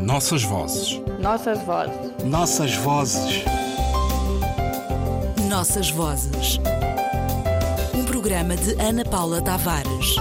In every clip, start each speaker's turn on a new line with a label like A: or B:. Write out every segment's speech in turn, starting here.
A: Nossas vozes.
B: Nossas vozes.
C: Nossas vozes.
D: Nossas vozes. Um programa de Ana Paula Tavares.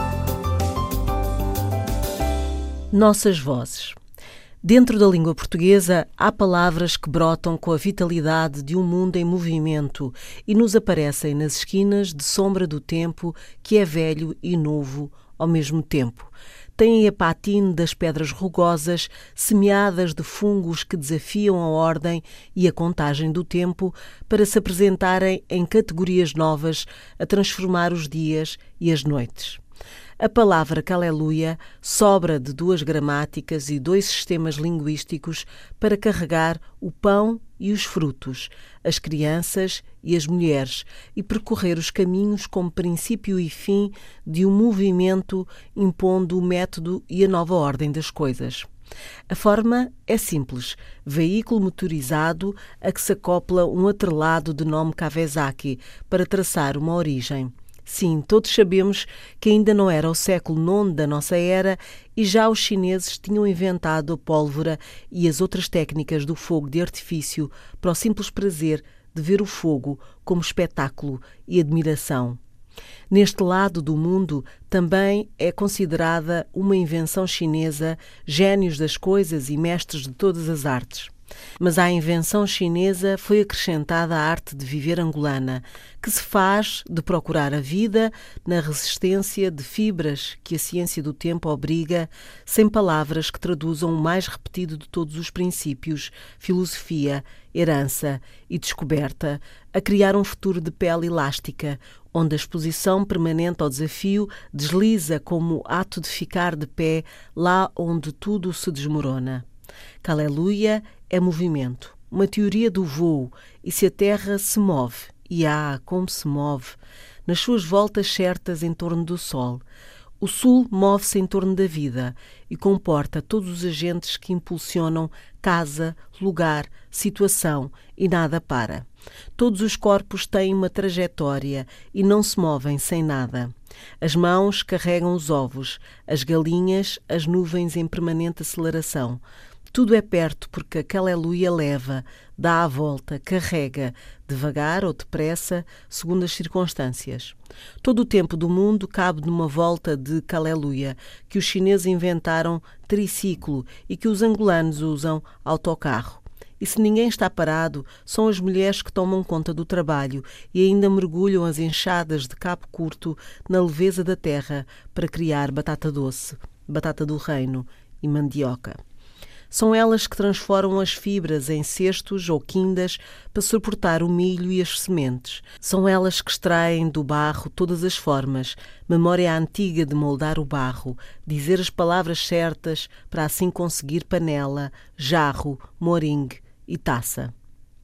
E: Nossas vozes. Dentro da língua portuguesa, há palavras que brotam com a vitalidade de um mundo em movimento e nos aparecem nas esquinas de sombra do tempo que é velho e novo ao mesmo tempo. Têm a patine das pedras rugosas, semeadas de fungos que desafiam a ordem e a contagem do tempo para se apresentarem em categorias novas a transformar os dias e as noites. A palavra Caleluia sobra de 2 gramáticas e 2 sistemas linguísticos para carregar o pão e os frutos, as crianças e as mulheres, e percorrer os caminhos como princípio e fim de um movimento impondo o método e a nova ordem das coisas. A forma é simples, veículo motorizado a que se acopla um atrelado de nome Kawasaki para traçar uma origem. Sim, todos sabemos que ainda não era o século IX da nossa era e já os chineses tinham inventado a pólvora e as outras técnicas do fogo de artifício para o simples prazer de ver o fogo como espetáculo e admiração. Neste lado do mundo também é considerada uma invenção chinesa, gênios das coisas e mestres de todas as artes. Mas à invenção chinesa foi acrescentada a arte de viver angolana, que se faz de procurar a vida na resistência de fibras que a ciência do tempo obriga, sem palavras que traduzam o mais repetido de todos os princípios, filosofia, herança e descoberta, a criar um futuro de pele elástica, onde a exposição permanente ao desafio desliza como ato de ficar de pé lá onde tudo se desmorona. Caleluia é movimento, uma teoria do voo, e se a Terra se move, e como se move, nas suas voltas certas em torno do Sol, o Sul move-se em torno da vida e comporta todos os agentes que impulsionam casa, lugar, situação e nada para. Todos os corpos têm uma trajetória e não se movem sem nada. As mãos carregam os ovos, as galinhas, as nuvens em permanente aceleração. Tudo é perto porque a Caleluia leva, dá a volta, carrega, devagar ou depressa, segundo as circunstâncias. Todo o tempo do mundo cabe numa volta de Caleluia, que os chineses inventaram triciclo e que os angolanos usam autocarro. E se ninguém está parado, são as mulheres que tomam conta do trabalho e ainda mergulham as enxadas de cabo curto na leveza da terra para criar batata doce, batata do reino e mandioca. São elas que transformam as fibras em cestos ou quindas para suportar o milho e as sementes. São elas que extraem do barro todas as formas, memória antiga de moldar o barro, dizer as palavras certas para assim conseguir panela, jarro, moringue e taça.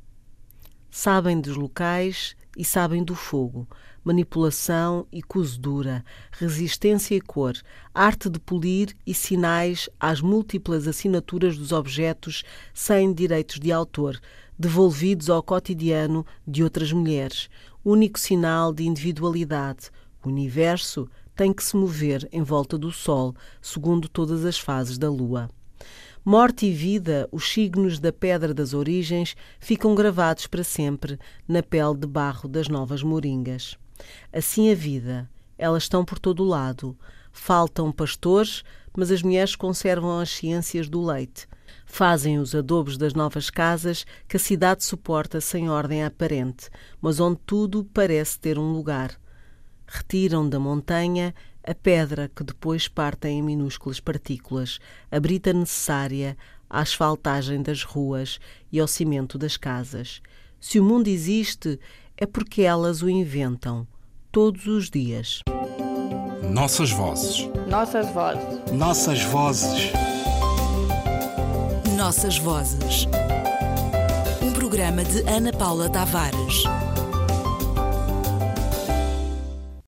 E: Sabem dos locais e sabem do fogo, manipulação e cozedura, resistência e cor, arte de polir e sinais às múltiplas assinaturas dos objetos sem direitos de autor, devolvidos ao cotidiano de outras mulheres, único sinal de individualidade. O universo tem que se mover em volta do Sol, segundo todas as fases da Lua. Morte e vida, os signos da pedra das origens, ficam gravados para sempre na pele de barro das novas moringas. Assim a vida, elas estão por todo o lado. Faltam pastores, mas as mulheres conservam as ciências do leite. Fazem os adobos das novas casas que a cidade suporta sem ordem aparente, mas onde tudo parece ter um lugar. Retiram da montanha a pedra que depois partem em minúsculas partículas, a brita necessária à asfaltagem das ruas e ao cimento das casas. Se o mundo existe, é porque elas o inventam, todos os dias.
A: Nossas vozes.
B: Nossas vozes.
C: Nossas vozes.
D: Nossas vozes. Um programa de Ana Paula Tavares.